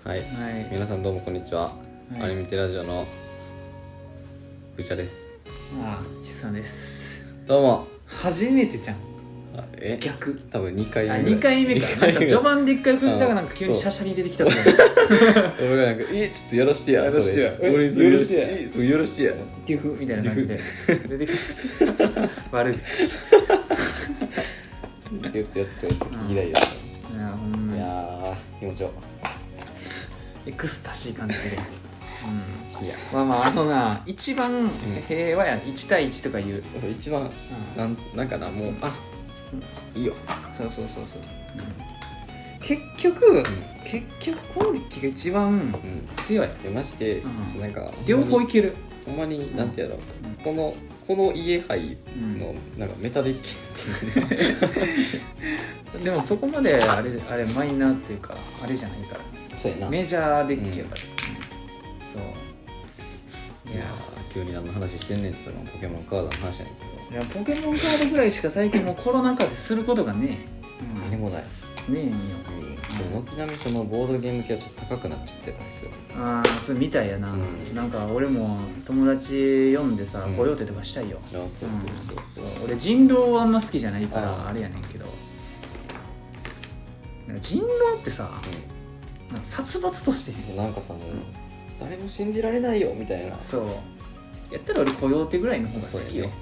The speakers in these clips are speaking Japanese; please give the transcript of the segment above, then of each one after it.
はい、皆さんどうもこんにちは、アニメテラジオのぶちゃです。 ひさです。 どうも。 初めてじゃん。逆多分2回目 2回目か。なんか序盤で1回藤田がなんか急にシャシャリ出てきたから俺がなんかちょっとやらしてや、 やらしてや、 俺によろしてや、そうよろしてやデュフみたいな感じで出てきた悪口ってやってイライラした。 いやほんまに、 いや気持ちよエクスタシー感じてる。 いやな一番平和や、1対1とか言う。 そう一番なんかな、もういいよ。 そう、結局このデッキが一番強い。 マジでなんか両方いける。 ほんまになんてやろう、この家杯のなんかメタデッキっていうでもそこまであれマイナーっていうかあれじゃないから、 そうやな、 メジャーデッキやから、そういや急に何の話してんねんって言ったらポケモンカードの話やねんけど、 いやポケモンカードぐらいしか最近もうコロナ禍ですることがね何もないねえんよ。 軒並みそのボードゲーム系はちょっと高くなっちゃってたんですよ。 それみたいやな、なんか俺も友達読んでさ、御用手とかしたいよ。 そう俺人狼はあんま好きじゃないからあれやねんけど、なんか人狼ってさ、なんか殺伐としてなんかさ、もう誰も信じられないよみたいな。 そうやったら俺御用手ぐらいの方が好きよ。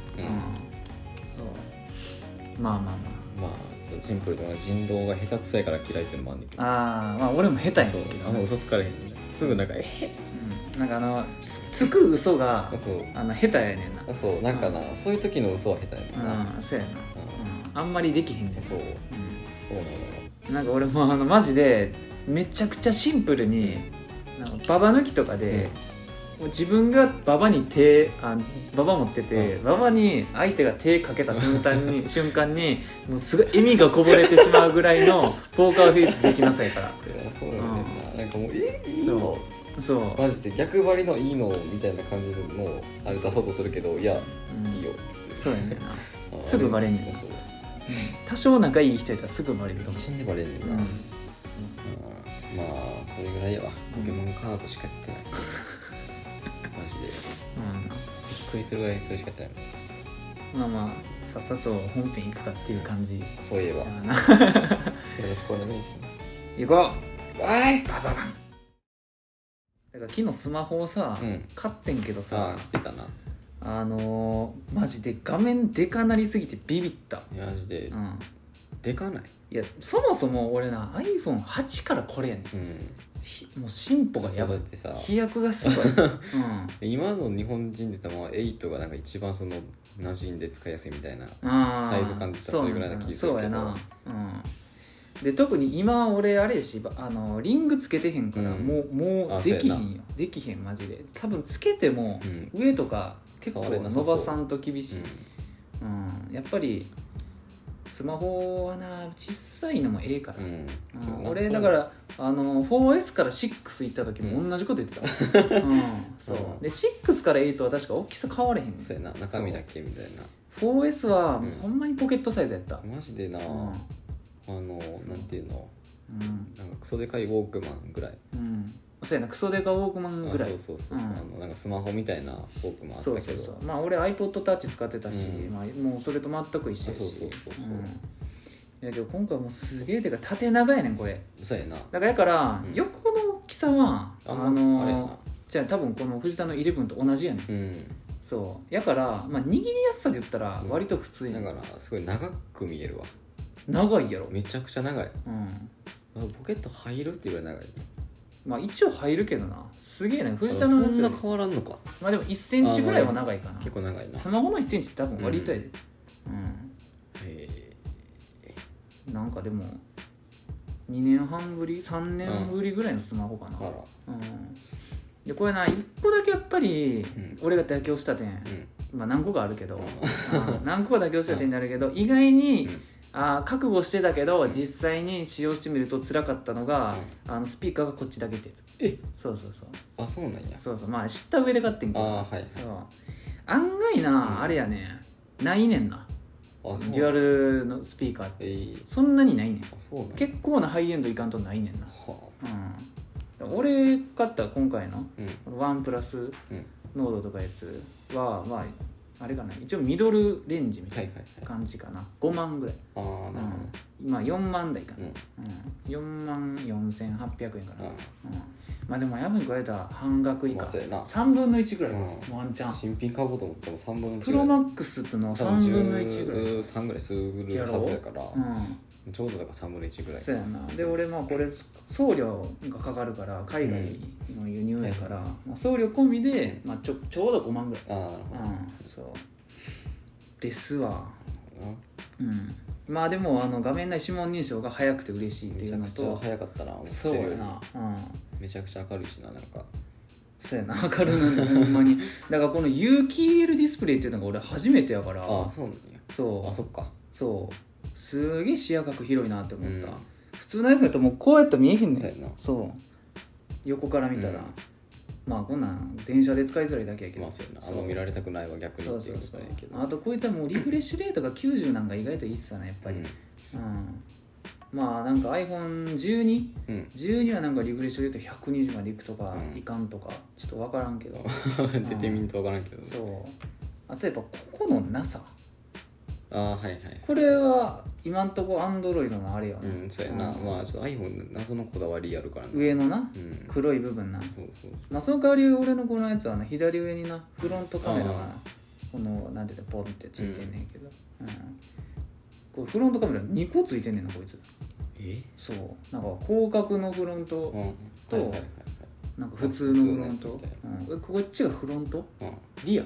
そうまあそうシンプルで人狼が下手くそやから嫌いっていうのもあるんだけど、 まあ俺も下手やねんけど、 嘘つかれへんすぐなんかなんかつく嘘が下手やねんな。 そうなんかな、そういう時の嘘は下手やねんな。 そうやな、あんまりできへんねん。 そうなんか俺もマジでめちゃくちゃシンプルになんかババ抜きとかで、もう自分がババにババ持ってて、ババに相手が手かけた瞬間にもうすごい笑みがこぼれてしまうぐらいのポーカーフェイスできなさいから。 そうなんだよな。なんかもういいのそうマジで逆張りのいいのみたいな感じのあれ出そうとするけど、いやいいよっつって。 そうやねんなすぐバレんねん。多少仲いい人やったらすぐバレると思う。 一瞬でバレんねんな。まあこれぐらいやわ。ポケモンカードしかやってないマジでびっくりするぐらいそれしかやってない。 まあさっさと本編行くかっていう感じ。 そういえばよろしくお願いします行こう。 はいバババン。だから昨日スマホをさ、買ってんけどさ、 来てたな。 マジで画面でかなりすぎてビビった。 マジででかない。 いやそもそも俺な iPhone8 からこれやねん、もう進歩がやばい。飛躍がすごい、 今の日本人で言ったら8がなんか一番その馴染んで使いやすいみたいなサイズ感で言ったらそれぐらいな気がするけど。そうやな、で特に今俺あれやしリングつけてへんから、もうできひんよ。できへんマジで。多分つけても上とか結構伸ばさんと厳しい。やっぱりスマホはな小さいのもええから、俺だから4S から6行った時も同じこと言ってた。そうで6から8は確か大きさ変われへんねん。 そうやな、中身だけみたいな。 4S はほんまにポケットサイズやった。 マジでな、なんていうの、なんかクソでかいウォークマンぐらい。 そうやな、クソデカウォークマンぐらい。 そうなんかスマホみたいなウォークマンあったけど、 そうまあ俺 iPod Touch 使ってたし、もうそれと全く一緒やし。だけど今回もうすげえてか縦長やねんこれ。 そうやな。 だから横の大きさはあれやな、 じゃあ多分この藤田の11と同じやねん。そうやから握りやすさで言ったら割と普通やねん。 だからすごい長く見えるわ。 長いやろ。 めちゃくちゃ長い。ポケット入るっていうぐらい長い。 まあ一応入るけどな。すげえな、藤田のそんな変わらんのか。 まあでも1センチぐらいは長いかな。 結構長いな。 スマホの1センチって多分割とやで。なんかでも2年半ぶり3年ぶりぐらいのスマホかな。でこれな1個だけやっぱり俺が妥協した点、まあ何個かあるけど何個か妥協した点になるけど、意外に覚悟してたけど実際に使用してみると辛かったのが、スピーカーがこっちだけってやつ。そうそうなんや。 そうまあ知った上で買ってんけど、そう案外な、あれやねないねんな。デュアルのスピーカーってそんなにないねん。結構なハイエンドいかんとないねんな。 俺買った今回のうんワンプラスうんノードとかやつはまああれかな、一応ミドルレンジみたいな感じかな、5万ぐらい、 ああなるほど、 まあ4万台かな、 うん 4万4800円かな、 うんまあでもヤフーに加えたら半額以下、 まあそうやな 3分の1ぐらいか、 うんワンチャン新品買おうと思っても3分の1 プロマックスってのは3分の1ぐらい、 3ぐらいするはずやから、ちょうどだから3分の1ぐらい。 そうやな。で俺まあこれ送料がかかるから海外の輸入やから、まあ、送料込みで、まあ、ちょうど5万ぐらい。 ああなるほど、 そうですわ。まあでも画面内指紋認証が早くて嬉しいっていうのと、 めちゃくちゃ早かったな、思ってそうるよりやな、 めちゃくちゃ明るいしな、なんかそうやな、明るいのにほんまにだからこの有機 EL ディスプレイっていうのが俺初めてやから、 ああそうなんや、 そうあそっか、 そうすげえ視野角広いなって思った、 うん普通の iPhone だともうこうやって見えへんねん、 そうやな、 そう横から見たら、 うんまあこんなん電車で使いづらいだけやけど、 まあそうやな、あんま見られたくないわ逆にっていうことやけど、 あとこいつはもうリフレッシュレートが90なんか意外といいっすよねやっぱり、まあなんか iPhone12、12はなんかリフレッシュレート120までいくとか、いかんとかちょっと分からんけど出てみんと分からんけど、ね、 そうあとやっぱここの NASA、 ああはいはい、 これは今んとこ Android のあれよね、 そうやな、まあちょっと iPhone 謎のこだわりあるからな、 上のな、黒い部分な、 そうまあその代わり俺のこのやつはな左上になフロントカメラがなこのなんていうのポンってついてんねんけど、これフロントカメラ2個ついてんねんなこいつ、そうなんか広角のフロントとなんか普通のフロント、こっちがフロント、リア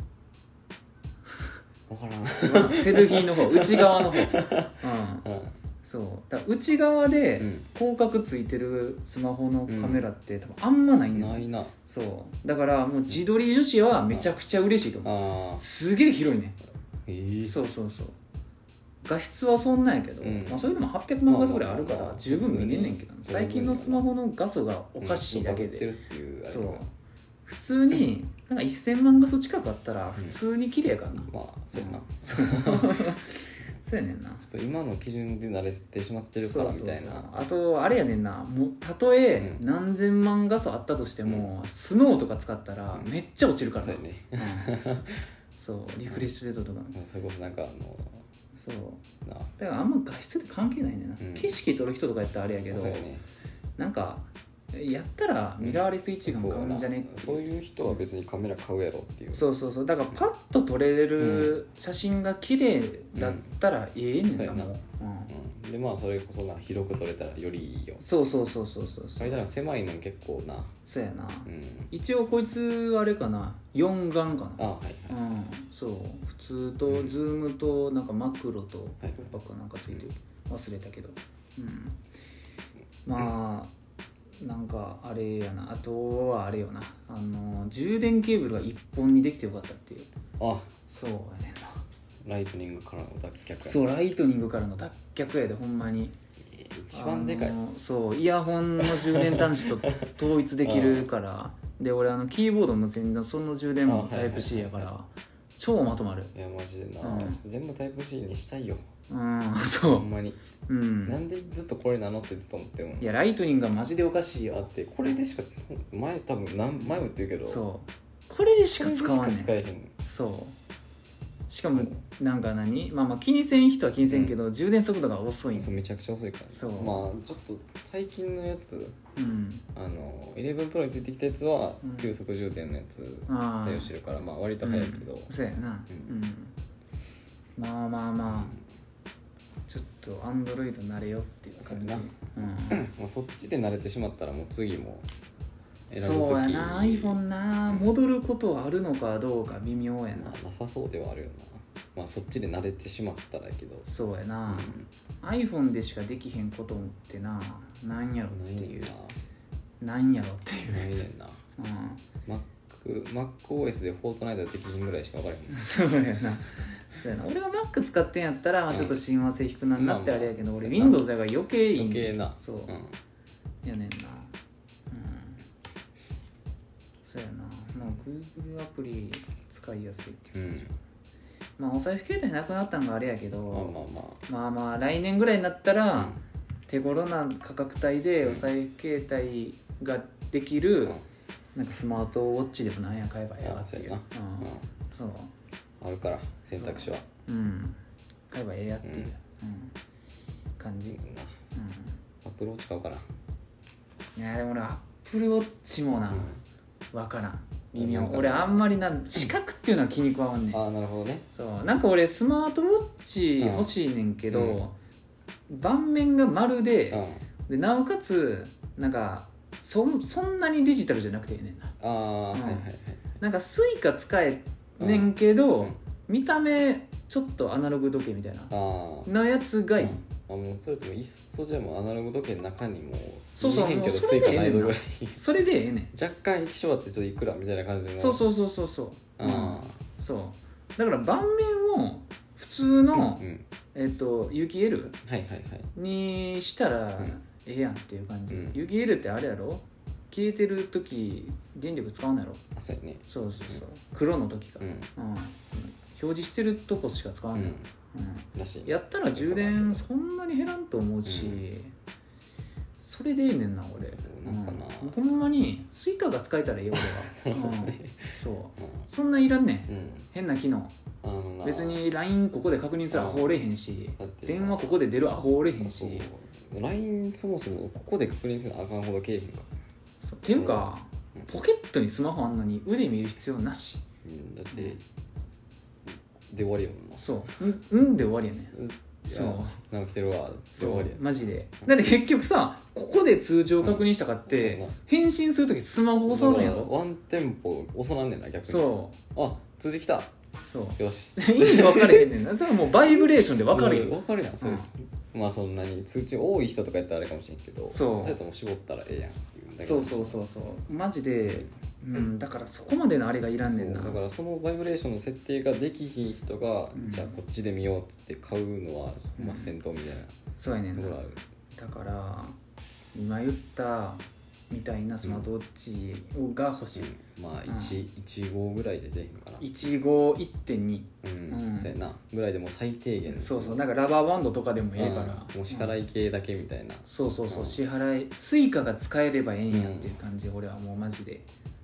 分からんセルフィーの方内側の方、そうだから内側で広角ついてるスマホのカメラって多分あんまないんだよ、 ないな、 そうだからもう自撮り女子はめちゃくちゃ嬉しいと思う、すげえ広いね、そうそうそう画質はそんなんやけど、まあ、それでも800万画素ぐらいあるから十分見れんねんけど、最近のスマホの画素がおかしいだけで、そう普通になんか1000万画素近くあったら普通に綺麗やからな、 まあそうやな、 そうやねんな、 ちょっと今の基準で慣れてしまってるからみたいな、 あとあれやねんな、もうたとえ何千万画素あったとしても、スノーとか使ったらめっちゃ落ちるからな、そうリフレッシュレートとか、 それこそなんかそうだからあんま画質って関係ないねんな、景色撮る人とかやったらあれやけど、なんかやったらミラーレス一眼買うんじゃねってそういう人は別にカメラ買うやろっていう、 そうだからパッと撮れる写真が綺麗だったらええねんな、もう、 でまあそれこそな広く撮れたらよりいいよ、 そうあれだから狭いの結構な、 そうやな、一応こいつあれかな4眼かな、そう普通とズームとなんかマクロとポップアップなんかついてる、忘れたけど、まあなんかあれやな、あとはあれよな、充電ケーブルが1本にできてよかったっていう、そうやねんな、 ライトニングからの脱却、 そうライトニングからの脱却やでほんまに一番でかい、 そうイヤホンの充電端子と統一できるからで俺キーボード無線のその充電もタイプ C やから超まとまる、 いやマジでな、全部タイプ C にしたいよ、 そうほんまに、なんでずっとこれなのってずっと思ってるもん。 いやライトニングがマジでおかしいよ、 だってこれでしか前多分前も言ってるけど、 そうこれでしか使わない、 使えへん、 そうしかもなんかまあ気にせん人は気にせんけど、充電速度が遅いん、 そうめちゃくちゃ遅いから、 そうまあちょっと最近のやつ、11 Pro についてきたやつは急速充電のやつ対応してるから、まあ割と早いけど、 そうやな、まあちょっと Android 慣れよっていう感じ、 もうそっちで慣れてしまったらもう次も選ぶ時そうやな iPhone な、戻ることはあるのかどうか微妙やな、 なさそうではあるよな、まあそっちで慣れてしまったらやけど、 そうやな、iPhone でしかできへんことってなんやろっていうなんやろっていうやつないねんな、MacOS でフォートナイトできひんぐらいしか分からへんそうやな俺が Mac 使ってんやったらちょっと親和性低くなるなってあれやけど、俺 Windows だから余計いいん余計な、 そう、やねんな、そうやな、まあ Google アプリ使いやすいっていう感じ、まあお財布携帯なくなったのがあれやけど、まあ来年ぐらいになったら、手頃な価格帯でお財布携帯ができる、なんかスマートウォッチでもなんや買えばええわっていう、そうあるから選択肢は買えばええやっていう、感じ、 アップルウォッチ買おうかな。 いやでも俺アップルウォッチもな、分からん、微妙。俺あんまり四角っていうのは気に食わんねん。 ああなるほどね。 そうなんか俺スマートウォッチ欲しいねんけど、盤面が丸で、でなおかつなんかそんなにデジタルじゃなくていいねんな。 はいはいはい。 なんかスイカ使えねんけど、見た目ちょっとアナログ時計みたいなのやつがいい。 もうそれともいっそじゃもうアナログ時計の中にもそうそう、 見えへんけどスイカないぞぐらいそれでええねん。 若干液晶あってちょっといくらみたいな感じの。 そうそうだから盤面を普通の、有機 L にしたらええやんっていう感じ。有機 L ってあれやろ、消えてる時電力使うんやろ。 そうやね。 そう黒の時か、表示してるとこしか使わんの、 らしい。 やったら充電そんなに減らんと思うし、それでいいねんな俺。ほんまにスイカが使えたらいい俺はそうそんないらんねん、変な機能。別に LINE ここで確認するアホおれへんし、電話ここで出るアホおれへんし、 LINE そもそもここで確認するのあかんほどけえへんかっていうか、ポケットにスマホあんのに腕見る必要なし、 だってで終わりやもんな。 そうで終わりやねん。そうなんか来てるわで終わりやマジで。だって結局さ、ここで通知を確認したかって返信するときスマホ押さるんやろ。 ワンテンポ押さなんねんな逆に。 そう通知来た。 そうよし意味分かれへんねんな。それはもうバイブレーションで分かるよ。 分かるやんそれ。まあそんなに通知多い人とかやったらあれかもしれんけど、それとも絞ったらええやんっていうだけ。 そうマジで、だからそこまでのあれがいらんねんな。 だからそのバイブレーションの設定ができひん人が、じゃあこっちで見ようって買うのは先頭みたいなそうやねんな。 ところある。だから今言ったみたいなスマートウォッチが欲しい。 まあ1号ぐらいで出へんかな。 1号 1.2 そうやなぐらいでも最低限。 そうなんかラバーバンドとかでもええから、 もう支払い系だけみたいな。 そう支払いスイカが使えればええんやっていう感じ。俺はもうマジで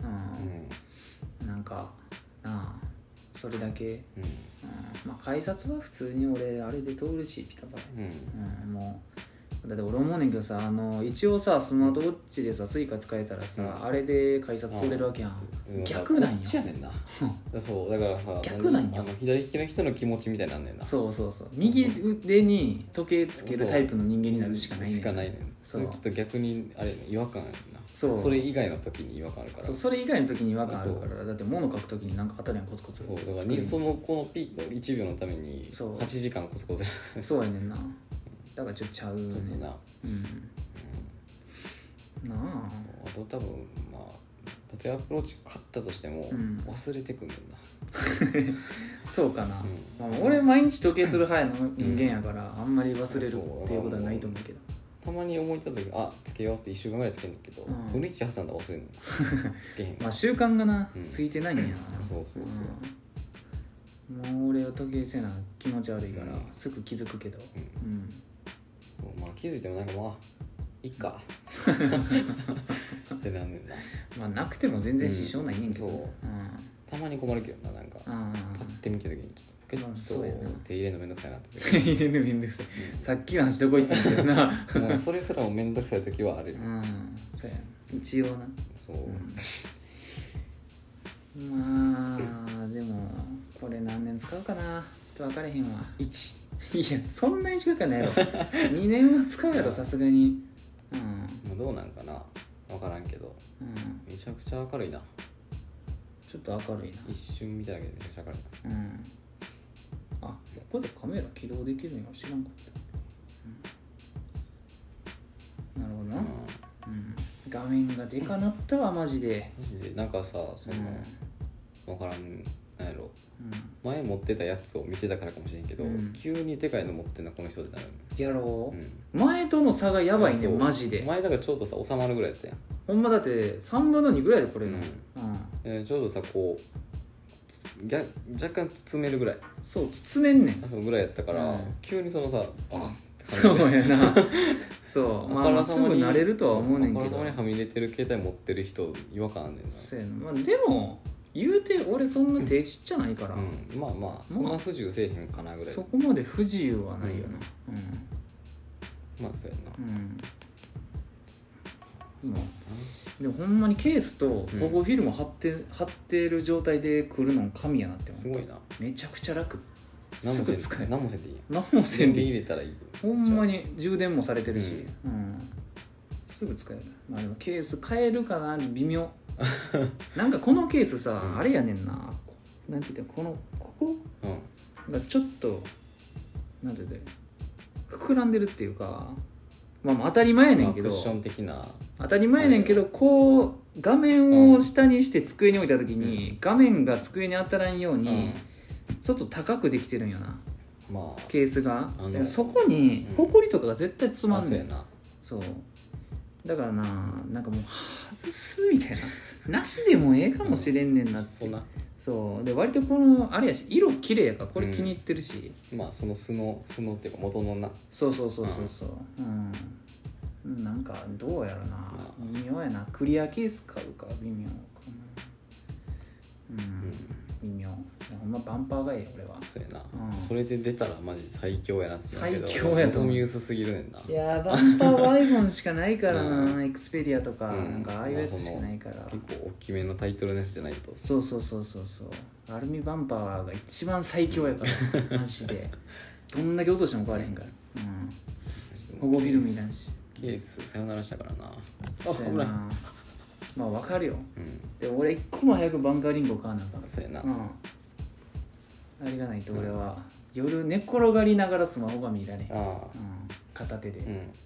なんかそれだけ。まあ改札は普通に俺あれで通るしピタパラ、もうだって俺思うねんけどさ、一応さスマートウォッチでさスイカ使えたらさ、あれで改札通れるわけやん。逆なんや。 こっちやねんな。そうだからさ、 逆なんや。 左利きの人の気持ちみたいなんねんな。 そう右腕に時計つけるタイプの人間になるしかないねん。 ちょっと逆にあれ違和感あるな。それ以外の時に違和感あるから。 それ以外の時に違和感あるから。だって物書く時になんか当たりやんコツコツ。 そうだからそのこのピッと1秒のために8時間コツコツ。 そうやねんな。だからちょっとちゃうねんな。 あと多分まあ例えばアプローチ買ったとしても忘れてくんねんな。 そうかな。俺毎日時計する派の人間やからあんまり忘れるっていうことはないと思うけど。 たまに思い立った時つけようって1週間ぐらいつけるんだけど、土日挟んだら忘れるの。つけへん。 まあ習慣がなついてないんやな。もう俺は時計せな気持ち悪いからすぐ気づくけど。 まあ気づいてもなんかまあいっかってなんねんな。 まあなくても全然支障ないねんけど。 たまに困るけどな、なんかパッて見た時にちょっとポケットを手入れるのめんどくさいなって手入れるのめんどくさい。さっきの話どこ行ったんだよな。 もうそれすらもめんどくさい時はある。 そうや一応な。 そうまあでもこれ何年使うかなちょっと分かれへんわ。 1 いやそんなに近くないやろ。2年は使うやろさすがに。 もうどうなんかな分からんけど、めちゃくちゃ明るいな。 ちょっと明るいな。 一瞬見ただけでめちゃくちゃ明るいな。 ここでカメラ起動できるのは知らんかった。なるほどな。画面がでかなったわマジで。 なんかさ分からんなんやろ、前持ってたやつを見てたからかもしれんけど、急にでかいの持ってんなこの人ってなる。 やろう、前との差がやばいねマジで。 前だからちょうどさ収まるぐらいやったやん。 ほんまだって3分の2ぐらいでこれの、 ちょうどさこう若干包めるぐらい。 そう包めんねんそのぐらいやったから、急にそのさバンっそうやなそうまあすぐ慣れるとは思うねんけど、 あからさまにはみ出てる携帯持ってる人違和感あんねんな。 そうやな、まあ、でも言うて俺そんな手ちっちゃないから、 まあまあそんな不自由せえへんかなぐらい、 そこまで不自由はないよなまあそうやな、 でもほんまにケースと保護フィルム貼ってる状態で来るの神やなって思う。 すごいな。 めちゃくちゃ楽。 何もせんすぐ使える。 何もせんでいいやん。 何もせんでいい。 電源入れたらいい。 ほんまに充電もされてるし、すぐ使える。まあでもケース変えるかな微妙なんかこのケースさ、あれやねんな、なんて言ってここがちょっとなんて言って膨らんでるっていうか、まあ当たり前やねんけど、 クッション的な当たり前やねんけど、こう画面を下にして机に置いた時に、画面が机に当たらんように、ちょっと高くできてるんよな、 まあ、 ケースが。そこにホコリとかが絶対詰まんねん、そうだからなんかもう外すみたいななしでもええかもしれんねんなって、そうで割とこのあれやし色綺麗やからこれ気に入ってるし、 まあその素のっていうか元のな、 そうなんかどうやろな、微妙やな。クリアケース買うか微妙かな、微妙。ほんまバンパーがいい俺は。 そうやな、それで出たらマジ最強やなって最強やと望み薄すぎるねんな。 いやバンパーは iPhone しかないからな、エクスペリアとか、なんかああいうやつしかないから、 結構大きめのタイトルのやつじゃないと。 そうアルミバンパーが一番最強やからマジでどんだけ落としても変われへんから、保護フィルムいらんし。 ケースさよならしたからな。 そうやな、まあ分かるよ、でも俺一個も早くバンカーリンゴ買わなあかん。 そうやな、 あれがないと俺は夜寝転がりながらスマホが見られへん、片手で、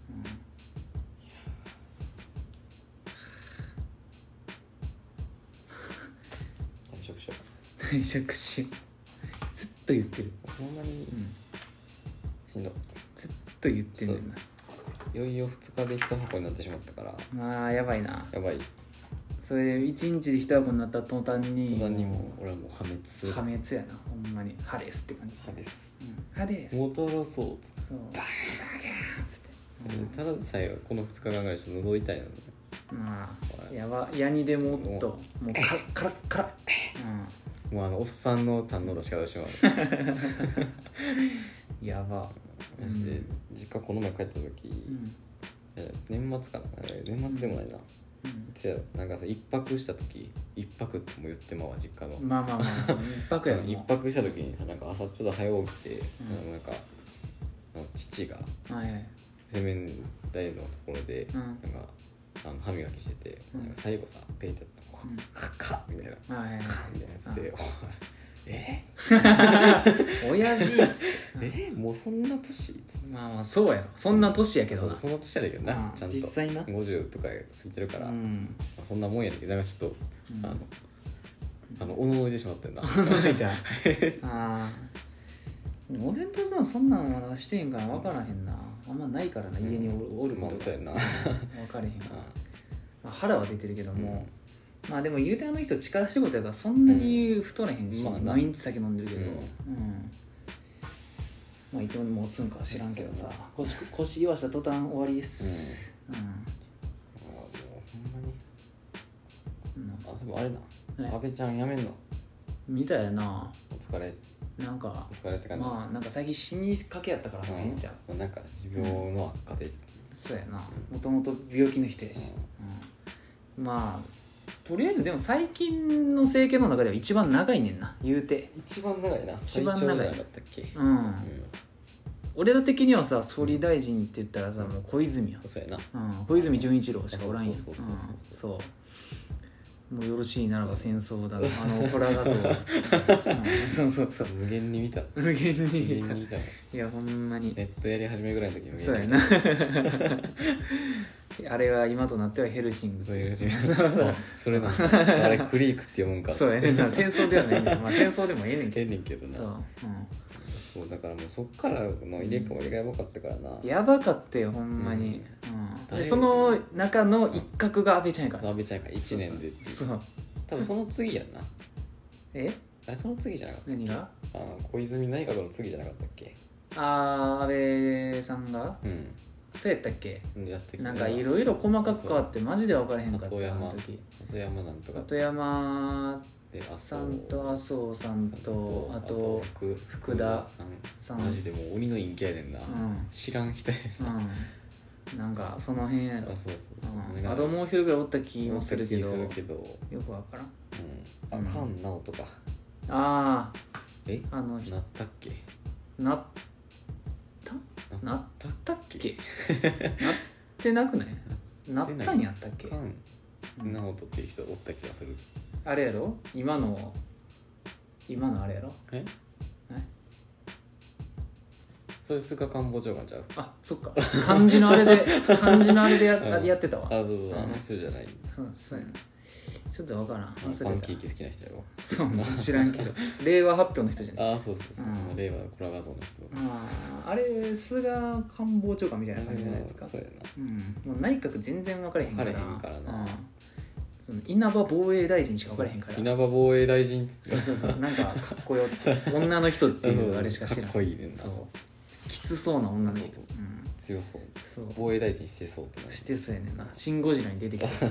退職しようずっと言ってる。 ほんまにしんどい、 ずっと言ってんねんな。 いよいよ2日で1箱になってしまったから、 まあやばいな。 やばい。 それ1日で1箱になった途端にもう俺はもう破滅する。 破滅やなほんまに。歯ですって感じ。 歯です、 歯です。 戻ろそうっつって、 そうバーンっつって、 ただでさえこの2日間ぐらいちょっと喉痛いのに、 まあやば、矢にでもっともうカラッカラッ、 もうおっさんの堪能出し方してまうやば。 マジで実家この前帰った時、年末かな、年末でもないな、いつやろ、なんかさ一泊した時、一泊っても言ってまうわ実家の、 まあ一泊やろ。 一泊した時にさ、なんか朝ちょっと早起きて、なんか父が洗面台のところで、なんか歯磨きしてて、なんか最後さペイってやったらカッみたいな、カッみたいなやつで、 親父っつってもうそんな年っつって、 まあそうやろ、そんな年やけどな。 そんな年やねんけどな、ちゃんと実際な 50とか過ぎてるから、そんなもんやねんけど、なんかちょっとおののいてしまってんな。 俺んとこそんなんまだしてへんから分からへんな。あんまないからな、家におることが。 そうやな、 分かれへんわ。腹は出てるけども、まあでも言うてあの人力仕事やからそんなに太らへんし、毎日酒飲んでるけど、まあいつまで持つんかは知らんけどさ、腰言わした途端終わりです。 ほんまに。でもあれな、阿部ちゃん辞めんのみたいやな。 お疲れ。 なんかお疲れって感じ。 まあなんか最近死にかけやったからもうええんちゃう。 なんか持病の悪化で。 そうやな、もともと病気の人やし、まあとりあえずでも最近の政権の中では一番長いねんな、言うて。 一番長いな。 一番長い。 だったっけ。 俺ら的にはさ、総理大臣って言ったらさ、もう小泉や。 そうやな。 小泉純一郎しかおらんやん。そうもうよろしいならば戦争だ、ホラー画像そう無限に見た。 無限に見た。 いやほんまにネットやり始めぐらいの時無限に。そうやなあれは今となってはヘルシング。 そういうそれなあれクリークって読むんか。 そうやねんな。戦争ではないねん。まあ戦争でもええねんけどな。そうだからもうそっからの入れ替わりがやばかったからな。 やばかったよほんまに。その中の一角が安倍ちゃんやから。 安倍ちゃんやから1年で。 そう多分その次やんな。 え、 その次じゃなかったっけ。 何が？ 小泉内閣の次じゃなかったっけ。 安倍さんが、そうやったっけ、なんかいろいろ細かく変わってマジで分からへんかった。 鳩山なんとか、 鳩山さんと麻生さんとあと福田さん、 マジでもう鬼の陰キャやねんな、知らん人やな、なんかその辺やろ。あともう一人ぐらいおった気もするけどよく分からん。 菅直とか、 あの人なったっけ、 なったっけなってなくない？なったんやったっけ？ 菅直人っていう人おった気がする。 あれやろ？今のあれやろ？ それ菅官房長官ちゃう？ あ、そっか。漢字のあれでやってたわ。 あ、そう、あの人じゃない。 そうやな。ちょっと分からん。 パンケーキ好きな人やろ。 そうな、知らんけど。令和発表の人じゃない？ あ、そう、令和のコラ画像の人。 あれ菅官房長官みたいな感じじゃないですか。 そうやな。もう内閣全然分からへんから。 分からへんからな。 稲葉防衛大臣しか分からへんから。 稲葉防衛大臣って。 そうなんかかっこよって女の人っていうあれしか知らん。 かっこいいねんな。 きつそうな女の人。 強そう。防衛大臣してそうってな。 してそうやねんな。シン・ゴジラに出てきそう。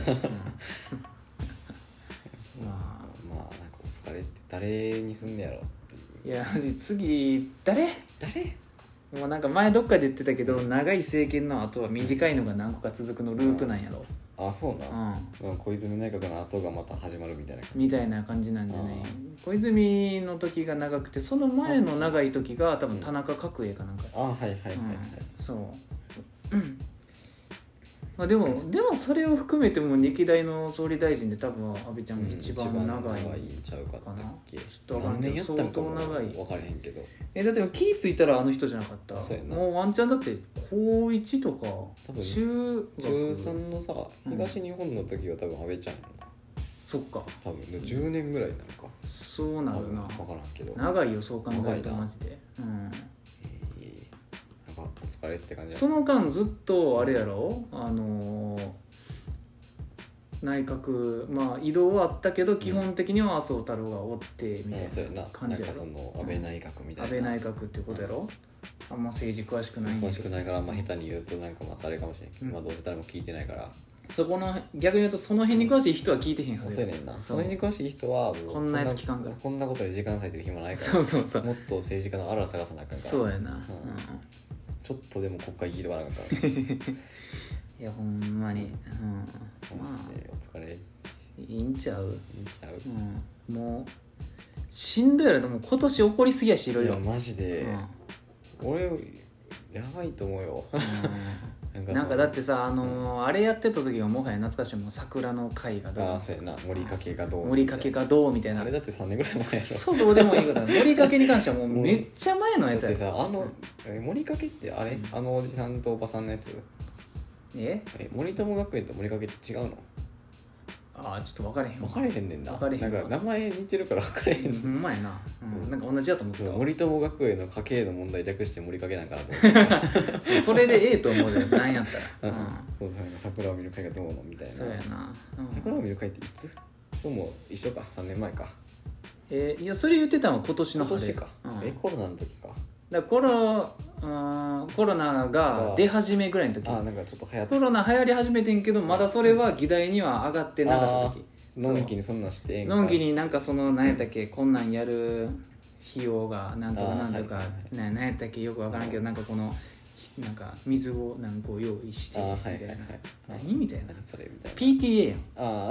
まあなんかお疲れって誰にすんねやろっていう。 いやマジ次誰もうなんか前どっかで言ってたけど、長い政権の後は短いのが何個か続くのループなんやろ。 あ、そうな。小泉内閣の後がまた始まるみたいな感じなんでね。小泉の時が長くて、その前の長い時が多分田中角栄かなんか。そうまあでもそれを含めても歴代の総理大臣で多分安倍ちゃんが一番長いんちゃうかったっけ。 ちょっと分からんけど相当長い。 分からへんけど。 だって気ぃついたらあの人じゃなかった。もうワンチャンだって高1とか中3のさ、東日本の時は多分安倍ちゃんやな。 そっか。 多分10年ぐらいなのか。 そうなるな。 分からんけど。 長いよそう考えるとマジで。 お疲れって感じ。 その間ずっとあれやろ、内閣移動はあったけど基本的には麻生太郎がおってみたいな感じやろ。 その安倍内閣みたいな。 安倍内閣っていうことやろ。あんま政治詳しくないん詳しくないから下手に言うとなんかまたあれかもしれんけど、どうせ誰も聞いてないから。 そこの逆に言うとその辺に詳しい人は聞いてへんはず。 そうやねんな。その辺に詳しい人はこんなやつ聞かんから。 こんなことで時間割いてる暇ないから。 そうもっと政治家のあら探さなあかんから。 そうやな。 ちょっとでも国会聞いてもらうから。いやほんまに。 マジでお疲れ。 いいんちゃう。もうしんどいやろ。でも今年起こりすぎやしいろいろ。 いやマジで。俺やばいと思うよ。 なんかだってさあれやってた時はもはや懐かしいもん。桜の会がどう。 ああそうやな。盛りかけがどう。 盛りかけがどうみたいな。 あれだって3年ぐらい前やろ。 そうどうでもいいことだ。盛りかけに関してはもうめっちゃ前のやつや。 だってさ盛りかけってあれおじさんとおばさんのやつ。森友学園と盛りかけって違うの？ ああちょっと分かれへんねんな。なんか名前似てるから分かれへん。 ほんまやな。なんか同じやと思ってた。 森友学園の家系の問題略して盛りかけなんかなと思って。 それでええと思うでなんやったら。 そう桜を見る会がどうのみたいな。 そうやな。 桜を見る会っていつ？もう一緒か3年前か。 いやそれ言ってたのは今年の春か。コロナの時か。 だコロナが出始めぐらいの時。 なんかちょっと流行って。 コロナ流行り始めてんけどまだそれは議題には上がってなかった時。 のんきにそんなんしてええんか。 のんきになんか何やったっけこんなんやる費用がなんとかなんとか何やったっけよくわからんけどなんかなんか水を何個用意してみたいな。何みたいな。 それみたいな。 PTA やん。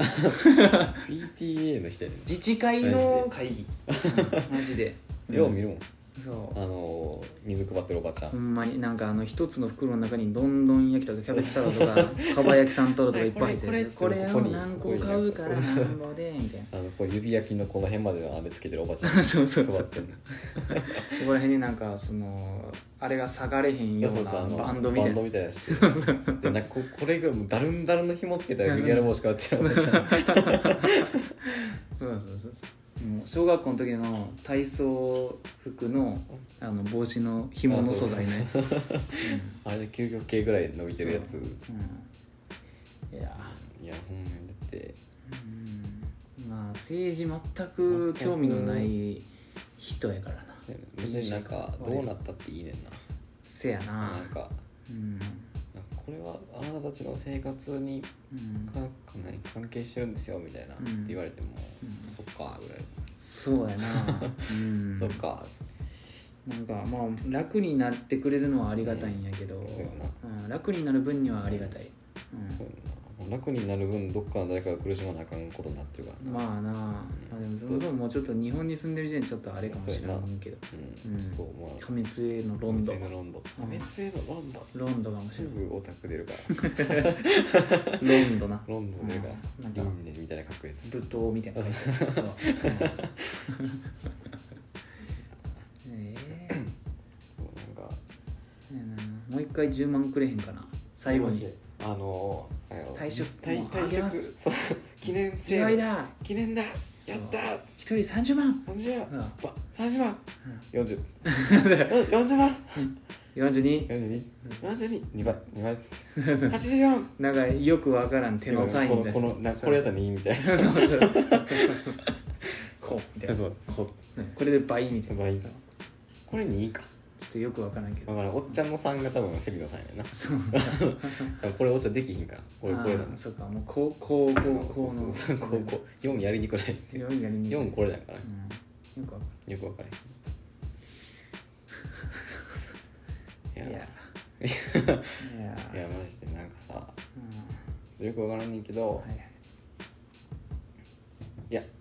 PTA の人やねん。 自治会の会議。マジで。 よう見るもん。 そう水配ってるおばちゃん。 ほんまになんか一つの袋の中にどんどん焼きとかキャベツ太郎とかかば焼きさん太郎とかいっぱい入ってる。これを何個買うからなんぼでみたいな。 指焼きのこの辺までのあれつけてるおばちゃん。 そうここら辺になんかあれが下がれへんようなバンドみたいなしてでなんかこれがダルンダルンの紐つけたら麦わら帽子変わっちゃうおばちゃん。そう小学校の時の体操服の帽子の紐の素材のやつ。 あれで究極系ぐらい伸びてるやつ。いやほんまにだって政治全く興味のない人やからな。 別になんかどうなったっていいねんな。 せやな。 なんか、これはあなたたちの生活に関係してるんですよみたいなって言われても、そっかぐらい。 そうやな。 そっか。 なんかまあ楽になってくれるのはありがたいんやけど、楽になる分にはありがたい。 楽になる分どっかの誰かが苦しまなあかんことになってるからな。まあな、でもそもそももうちょっと日本に住んでる時点でちょっとあれかもしれないけど、破滅へのロンド、破滅へのロンドかもしれない。 すぐオタク出るからロンドな、 ロンド出るから、リンネみたいな書くやつ、 舞踏みたいなもう一回10万くれへんかな最後に。退職そう記念セールだ、記念だ、やったー、 一人30万 30万40万42 2倍です84 なんかよくわからん手のサインです。 これやったら2みたいなこうみたいな、これで倍みたいな、 これ2かちょっとよくわからんけど、 おっちゃんの3が多分関野さんやな。そうこれおっちゃんできひんから、これなんだ。 そうか、もうこうの 4やりにくないって4これだから、よくわからへん。いやマジでなんかさ、よくわからんねんけど、いやち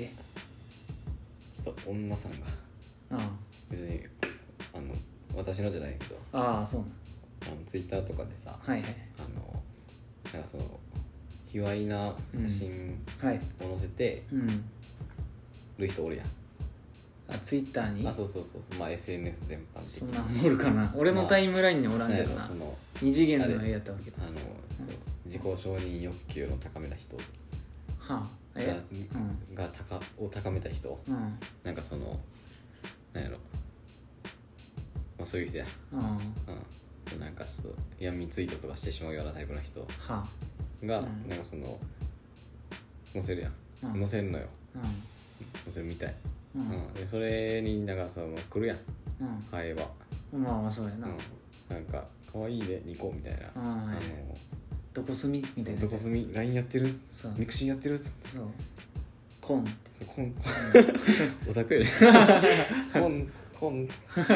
ょっと女さんが別に私のじゃないけど、 そうなの、 ツイッターとかでさ、 なんかその卑猥な写真を載せてる人おるやん。 ツイッターに？ そうまあ SNS 全般的にそんなおるかな。俺のタイムラインにおらんけどな。二次元の絵やったわけど。 自己承認欲求の高めな人を高めた人、なんかそのなんやろ、まあそういう人や。なんかそう闇ツイートとかしてしまうようなタイプの人がなんかその載せるやん、載せんのよ、載せるみたい。でそれになんかその来るやん、ハエは。 まあそうやな。 なんか可愛いねニコみたいな、 どこ住みみたいな、 どこ住み LINE やってる、ミクシーやってるっつって、 コンオタクやねコン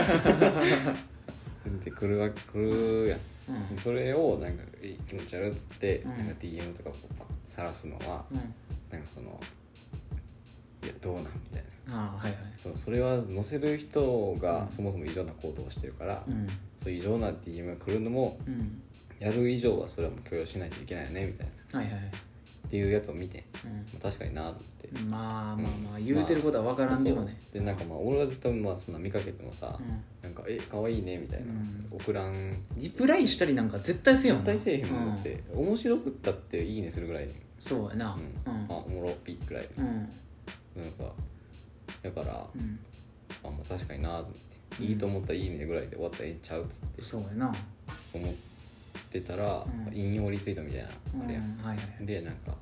って来るやん。それをなんか気持ち悪いっつって、なんか DM とかこうパッさらすのは、なんかそのいやどうなんみたいな。それは載せる人がそもそも異常な行動をしてるから、そういう異常な DM が来るのも、やる以上はそれはもう許容しないといけないよねみたいな、っていうやつを見て、確かになって。 まあ言うてることは分からんでもね。 でなんか俺は絶対そんな見かけてもさ、なんか可愛いねみたいな、送らん。 リプライしたりなんか絶対せえへんもん。 絶対せえへんもん。だって面白くったっていいねするぐらい。 そうやな。 おもろピッくらい。なんかだから、まあ確かになって、いいと思ったらいいねぐらいで終わったらええんちゃうっつって、 そうやな思ってたら、引用リツイートみたいなあれやん。でなんか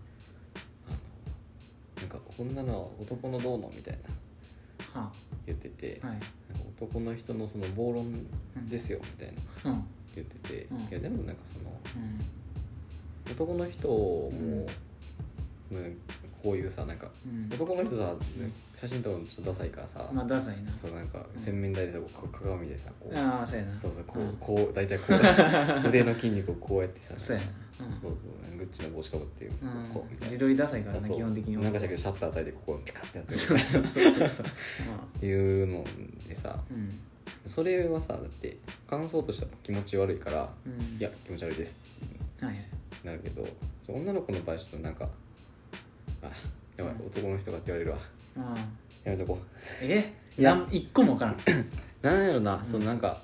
女の男のどうのみたいな言ってて、なんか男の人のその暴論ですよみたいな言ってて、いやでもなんかその、男の人もそのこういうさ、なんか男の人さ、写真撮るのちょっとダサいからさ、 まあダサいな。 そうなんか洗面台でさ、鏡でさ、こう、 そうやな。 そうこう大体こう腕の筋肉をこうやってさ、 そうやな。 そうグッチの帽子かぶってこうみたいな。 自撮りダサいからな、基本的に。 なんかしらけどシャッター与えてここをピカッてやってるっていうのでさ、それはさ、だって感想としては気持ち悪いから、いや気持ち悪いですってなるけど、女の子の場合ちょっとなんか、やばい男の人がって言われるわ、やめとこう。 一個も分からん。 なんやろな、そのなんか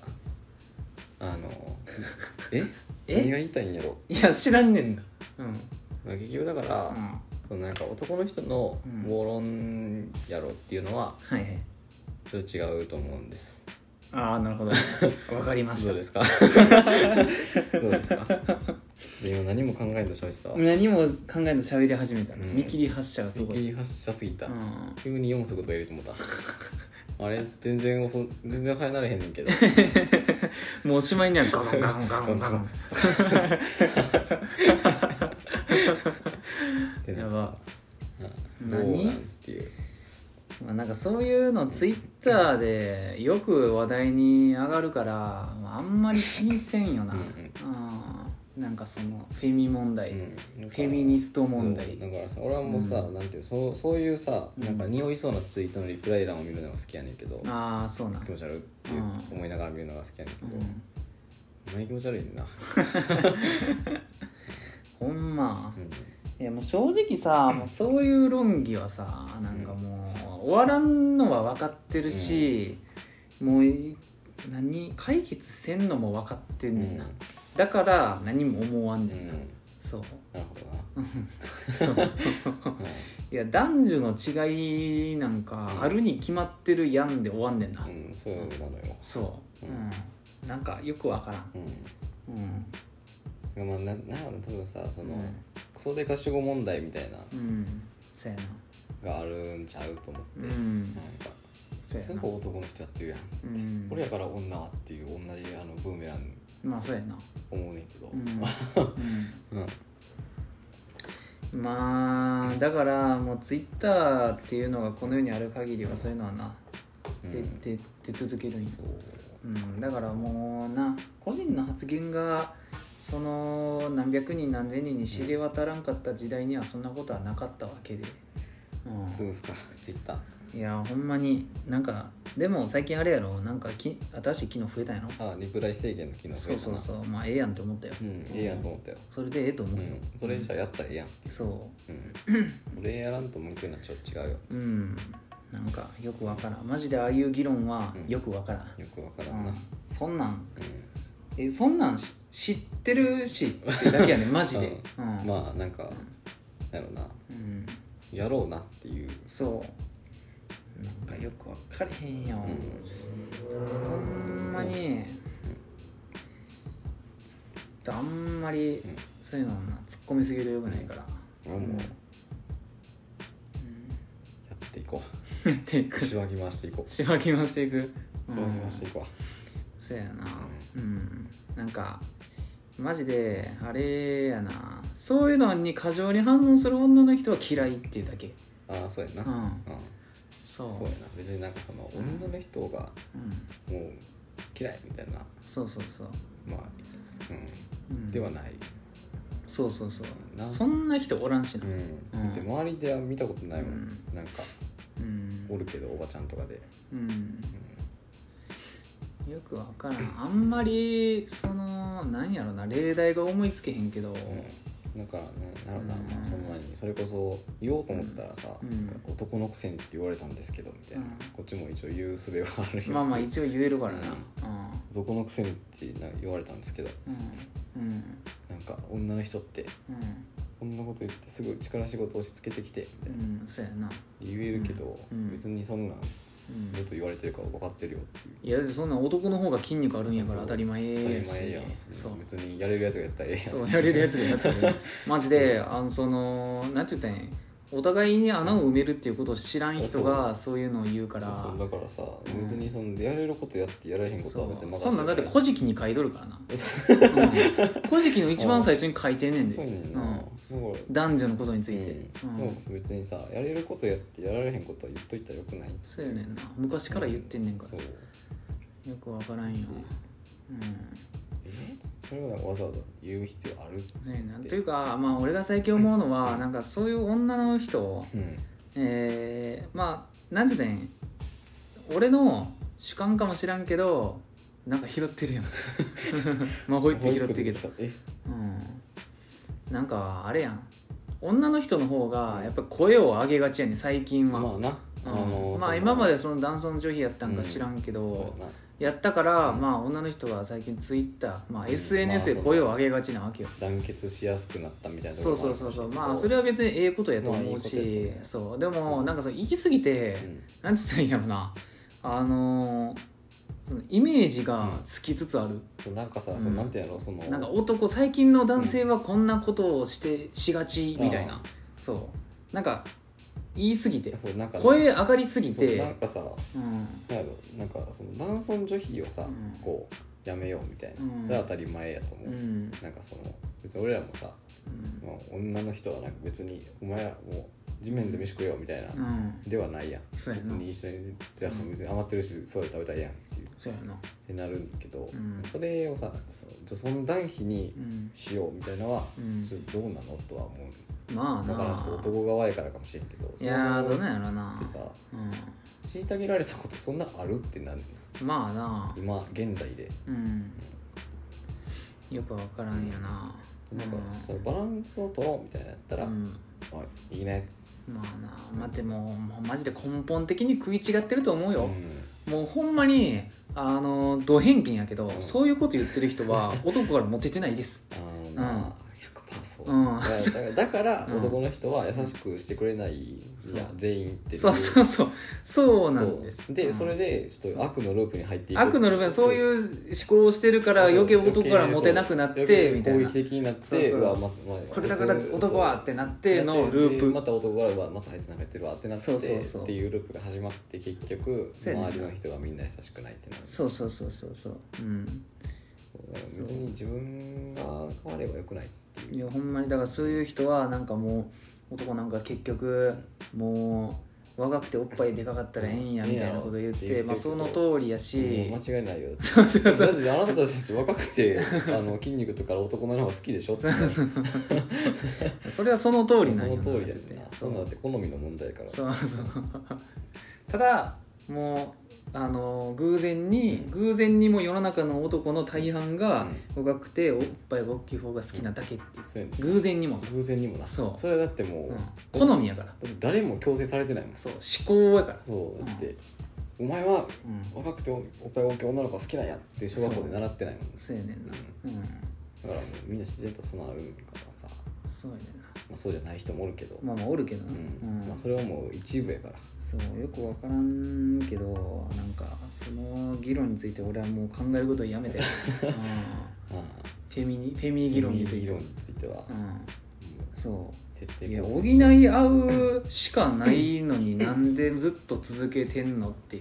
何が言いたいんやろ。 いや知らんねんだ。 結局だから、そのなんか男の人の暴論やろっていうのはちょっと違うと思うんです。 なるほど。わかりました。 どうですかどうですか。今何も考えんと喋ってたわ。 何も考えんと喋り始めた。見切り発車がすごい。 見切り発車すぎた。急に4速とか入れてもた。 あれ全然早なれへんねんけどもうおしまいにはガンガンガンガンやば何っていう、 なんかそういうのツイッターでよく話題に上がるからあんまり気にせんよな、なんかそのフェミ問題、フェミニスト問題だからさ俺はもうさ、なんていうそういうさなんか匂いそうなツイートのリプライ欄を見るのが好きやねんけど、 ああそうなん気持ち悪いって思いながら見るのが好きやねんけど、何気持ち悪いねんなほんま、いやもう正直さ、もうそういう論議はさなんかもう終わらんのは分かってるし、もう解決せんのも分かってんねんな、だから何も思わんねんな、そうなるほどなそういや男女の違いなんかあるに決まってるやんで終わんねんな、 そうなのよ、 そう、なんかよくわからん、 まあ、なんやろな、多分さその、クソデカ主語問題みたいな、 そうやながあるんちゃうと思って、なんかすぐ男の人やってるやんつって、これやから女はっていう同じブーメランまあそうやな思うねんけど、 まあだからもうツイッターっていうのがこの世にある限りはそういうのはな、出続けるんよ、だからもうな個人の発言がその何百人何千人に知れ渡らんかった時代にはそんなことはなかったわけで、 そうですかツイッター。 いやほんまになんかでも最近あれやろ、なんか新しい機能増えたんやろ。 リプライ制限の機能増えたな。 そうまあええやんって思ったよ。 ええやんと思ったよ。 それでええと思うよ、 それじゃあやったらええやんっていう。 そう、 俺やらんと文句になっちゃう違うよ。 なんかよくわからん、マジでああいう議論はよくわからん、 よくわからんな、 そんなんそんなん知ってるしってだけやねマジで、 まあなんかやろうな、やろうなっていう、 そうなんかよく分かれへんよ、ほんまに、あんまりそういうのな突っ込みすぎるとよくないから、 もうやっていこうやっていく、 しわぎ回していこう、 しわぎ回していく、 しわぎ回していこうそうやな、なんかマジであれやな、そういうのに過剰に反応する女の人は嫌いっていうだけ。 そうやな、そうやな、別になんかその女の人がもう嫌いみたいな、 そうまあではない、 そうそんな人おらんしな、 で周りでは見たことないもん、なんかおるけどおばちゃんとかで、 よくわからん、あんまりその何やろな、例題が思いつけへんけど、 だからね、なるほどな、そんなにそれこそ言おうと思ったらさ、男のくせにって言われたんですけどみたいな、こっちも一応言う術はあるよ、 まあ一応言えるからな、 男のくせにって言われたんですけど、なんか女の人ってこんなこと言ってすぐ力仕事押し付けてきてみたいな、 そうやな言えるけど、別にそんなんずっと言われてるから分かってるよっていう。 いやだってそんな男の方が筋肉あるんやから当たり前やし、 当たり前やん、別にやれるやつがやったらええやん、 そうやれるやつがやったらええマジでそのなんて言ったんや、お互いに穴を埋めるっていうことを知らん人がそういうのを言うから、 だからさ、別にそのやれることやってやられへんことは別に任せて、 そんなんだって古事記に書いとるからな古事記の一番最初に書いてんねんで、男女のことについて、 別にさ、やれることやってやられへんことは言っといたらよくない？ そうやねんな、昔から言ってんねんから、よくわからんよ、 それはわざわざ言う必要あるというか、まあ俺が最近思うのは、なんかそういう女の人、まあなんて言うね、俺の主観かもしらんけどなんか拾ってるやんまあホイップ拾ってるけど、なんかあれやん、女の人の方がやっぱ声を上げがちやねん最近は。まあな、まあ今までその男尊女卑やったんか知らんけど、やったから、まあ女の人が最近ツイッター、SNS で声を上げがちなわけよ、 団結しやすくなったみたいな。 そう、まあそれは別にええことやと思うし、そうでもなんかさ行き過ぎて、なんて言ったらいいんやろな、そのイメージがつきつつある、 なんかさ、なんてやろう、そのなんか男、最近の男性はこんなことをしがちみたいな、そうなんか言い過ぎてそうなんか声上がりすぎてなんかさ、なんかその男尊女卑をさ、こうやめようみたいな、それは当たり前やと思う、なんかその別に俺らもさ、女の人はなんか別にお前らもう地面で飯食えよみたいな、ではないやん、別に一緒にじゃあ別に余ってるしそうで食べたいやんっていうそうやなってなるんだけど、それをさなんかその女尊男卑にしようみたいなのは、どうなのとは思う。 まあな、 だから男側やからかもしれんけど、 いやどうなんやろなってさ、虐げられたことそんなあるってなんまあな今現代で、 よくわからんやな、 なんかそのバランスを取ろうみたいなやったら、いいね。 まあな、でもマジで根本的に食い違ってると思うよ、もうほんまにド偏見やけど、そういうこと言ってる人は男からモテてないです。 そう、だから男の人は優しくしてくれない、いや全員ってそうなんです。でそれでちょっと悪のループに入っていく、 悪のループにそういう思考をしてるから余計男からモテなくなってみたいな、 攻撃的になってこれだから男はってなってのループ、 また男からはまたあいつなんかやってるわってなってっていうループが始まって、結局周りの人がみんな優しくないってなる。そう別に自分が変わればよくないっていう。 いやほんまにだからそういう人はなんかもう男なんか結局もう若くておっぱいでかかったらええんやみたいなこと言って、まあその通りやし、 間違いないよ。だってあなたたちって若くて筋肉とか男の方が好きでしょってそれはその通りなんよ。 その通りやねんな。そうなんだって好みの問題から。 ただもう偶然にも世の中の男の大半が若くておっぱいが大きい方が好きなだけっていう、偶然にもな。それはだってもう、好みやから。 誰も強制されてないもん。 そう思考やから。 そうだって、お前は若くておっぱいが大きい女の子が好きなんやって小学校で習ってないもん。 そうやねんな。 だからもうみんな自然とそうなるからさ。 そうやねんな。 まあそうじゃない人もおるけど。 まあおるけどな。 まあそれはもう一部やから。 そうよく分からんけど、なんかその議論について俺はもう考えることをやめてフェミ議論については、そういや補い合うしかないのになんでずっと続けてんのっていう、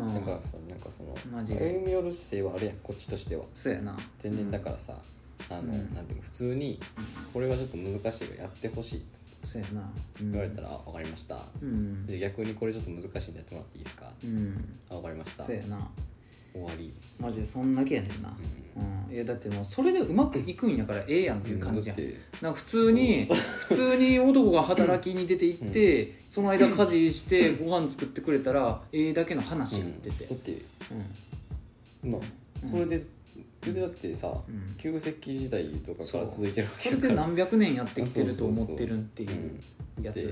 なんかその歩み寄る姿勢はあるやん、こっちとしては。 そうやな。 全然だからさ、なんていうの、普通にこれはちょっと難しいからやってほしいってそうやな、 言われたら分かりました、で逆にこれちょっと難しいんでやってもらっていいですか、分かりました、 そうやな、 終わり。 マジでそんだけやねんな、いやだってもうそれでうまくいくんやからええやんっていう感じやん、なんか普通に男が働きに出て行って、その間家事してご飯作ってくれたらええだけの話やってて、 だってそれでだってさ、旧石器時代とかから続いてるわけだから、それで何百年やってきてると思ってるっていうやつ、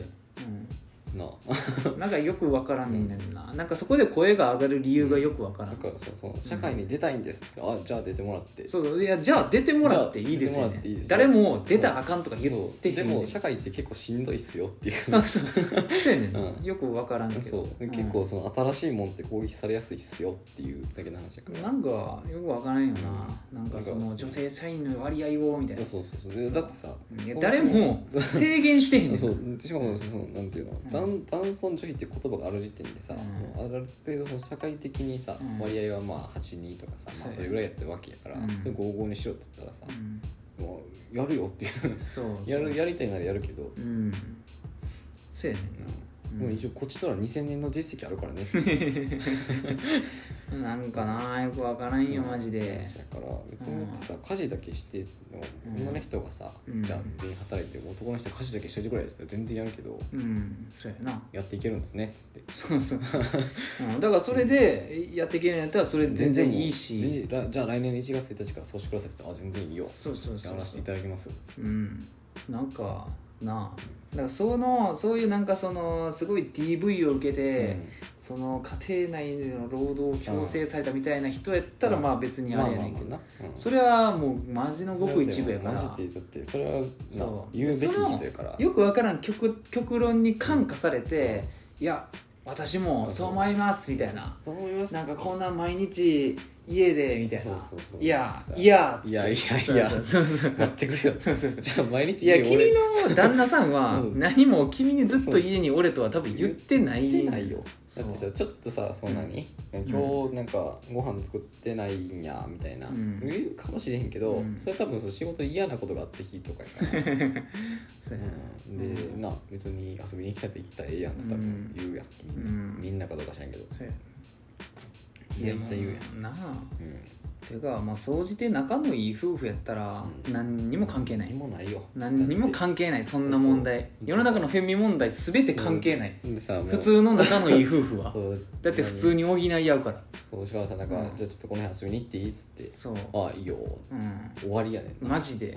なんかよく分からんねんな、なんかそこで声が上がる理由がよく分からん、 だからそう社会に出たいんです、じゃあ出てもらって、 いやじゃあ出てもらっていいですよね、誰も出たらあかんとか言ってへんねん。 でも社会って結構しんどいっすよっていう、 そうやねん、よく分からんけど、 結構その新しいもんって攻撃されやすいっすよっていうだけの話だから、 なんかよく分からんよな、なんかその女性社員の割合をみたいな、 そうだってさ、 誰も制限してへんねん。 そうしかもなんていうの、男尊女卑っていう言葉がある時点でさ、ある程度その社会的にさ、割合はまあ 8:2 とかさ、まあそれぐらいやってるわけやから、それ5:5にしろって言ったらさ、もうやるよっていうやりたいならやるけど、 そうやねんな。 もう一応こっちとら2000年の実績あるからねなんかな、よくわからんよマジで。 だから別にだってさ、家事だけして女の人がさ、じゃあ全員働いて男の人は家事だけしといてくらいです全然やるけど、 そうやな、 やっていけるんですねって。 そうだからそれでやっていけるんやったらそれ全然いいし、 じゃあ来年1月1日からそうしてくださいって言ったら、全然いいよ、やらせていただきます。 なんかなあ、だからそういうなんかそのすごい DV を受けて、その家庭内での労働を強制されたみたいな人やったらまあ別にあれやねんけど、それはもうマジのごく一部やから、 マジでだってそれは言うべき人やから、 よくわからん極論に感化されて、いや私もそう思いますみたいな、 そう思います、 なんかこんな毎日家でみたいなそういやいや待ってくれよじゃあ毎日いや君の旦那さんは何も君にずっと家におれとは多分言ってないよ。だってさちょっとさそんなに、今日なんかご飯作ってないんやみたいな、言うかもしれへんけど、それ多分仕事嫌なことがあって日とかやからでな別に遊びに来たって行ったらええやんって多分言うやん、みんなかどうか知らんけど絶対言うやんなあ、ていうかまあ総じて仲のいい夫婦やったら何にも関係ない、何にも関係ないそんな問題、世の中のフェミ問題全て関係ない、普通の仲のいい夫婦はだって普通に補い合うから、 そうしかもさなんか、じゃあちょっとこの辺遊びに行っていいっつってああいいよ、終わりやねんマジで、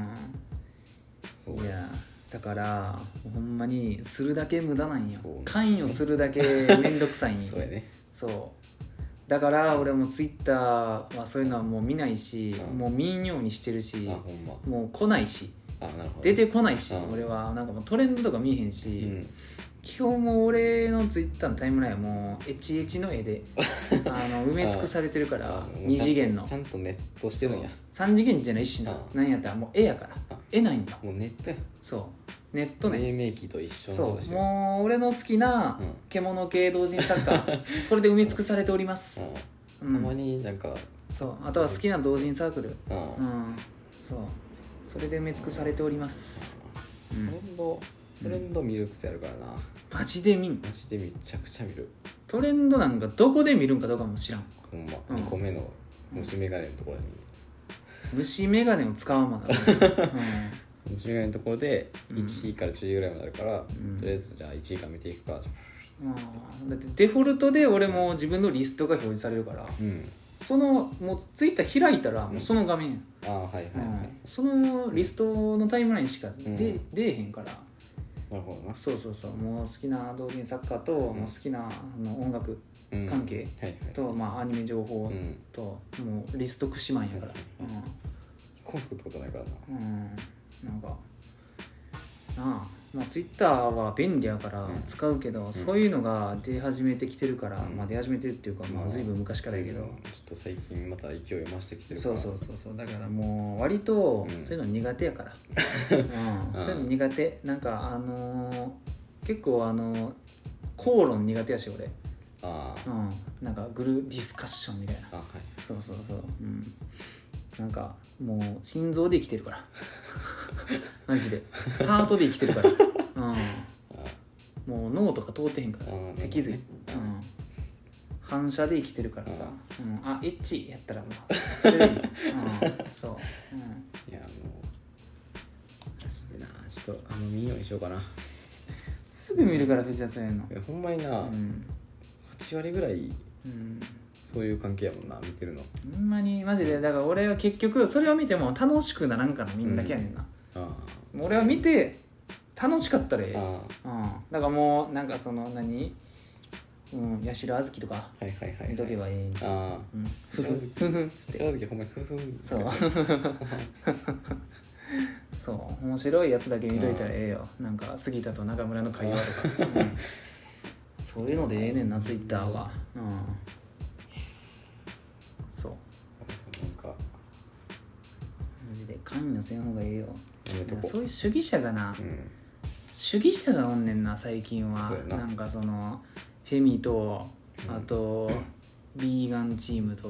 いやだからほんまにするだけ無駄なんよ、関与するだけめんどくさいんよそうやね、 そうだから俺もツイッターはそういうのはもう見ないし、もう見んようにしてるし、もう来ないし、出てこないし、俺はなんかもうトレンドとか見えへんし、基本もう俺のツイッターのタイムラインはもうエチエチの絵で埋め尽くされてるから2次元のちゃんとネットしてるんや、 3次元じゃないしな、何やったらもう絵やから絵ないんだ、 もうネットや、 そうネットね、 黎明期と一緒のそうもう俺の好きな獣系同人作家それで埋め尽くされております、 たまになんかそうあとは好きな同人サークル、そうそれで埋め尽くされております、 トレンド見る癖あるからな、 マジでめちゃくちゃ見る、 トレンドなんかどこで見るんかどうかも知らん、 ほんま、2個目の虫眼鏡のところに虫眼鏡を使わんまな、 虫眼鏡のところで1位から10位ぐらいまであるから、とりあえずじゃあ1位から見ていくか、だってデフォルトで俺も自分のリストが表示されるから、そのもうツイッター開いたらもうその画面、そのリストのタイムラインしか出えへんから、 なるほどな、 そうもう好きな同人作家と、もう好きな音楽関係と、まあアニメ情報と、もうリストくしまんやから、 コン作ったことないからな、 なんかなあ、まあ、ツイッターは便利やから使うけど、そういうのが出始めてきてるから、まあ出始めてるっていうか、まあ随分昔からやけど、ちょっと最近また勢いを増してきてるから、そうだからもう割とそういうの苦手やから、そういうの苦手、なんか結構口論苦手やし俺、なんかディスカッションみたいな、そう、なんかもう心臓で生きてるからマジでハートで生きてるから、もう脳とか通ってへんから、脊髄、反射で生きてるからさ、エッチやったらもうそれでいい、そう、 いやもうマジでな、ちょっと見ようにしようかな、 すぐ見るから藤田そういうの、 ほんまにな、8割ぐらい、そういう関係やもんな、見てるのほんまにマジで、だから俺は結局それを見ても楽しくならんから見んだけやねんな、俺は見て楽しかったらええ、だからもうなんかその何、八代あずきとか見とけばいいんちゃう、ふふっつって八代あずきほんまにふふん、 そう面白いやつだけ見といたらええよ、なんか杉田と中村の会話とか、そういうのでええねんな、ツイッターは、そうなんかマジで関与せん方がええよ、そういう主義者がな、主義者がおんねんな最近は、なんかそのフェミとあとビーガンチームと、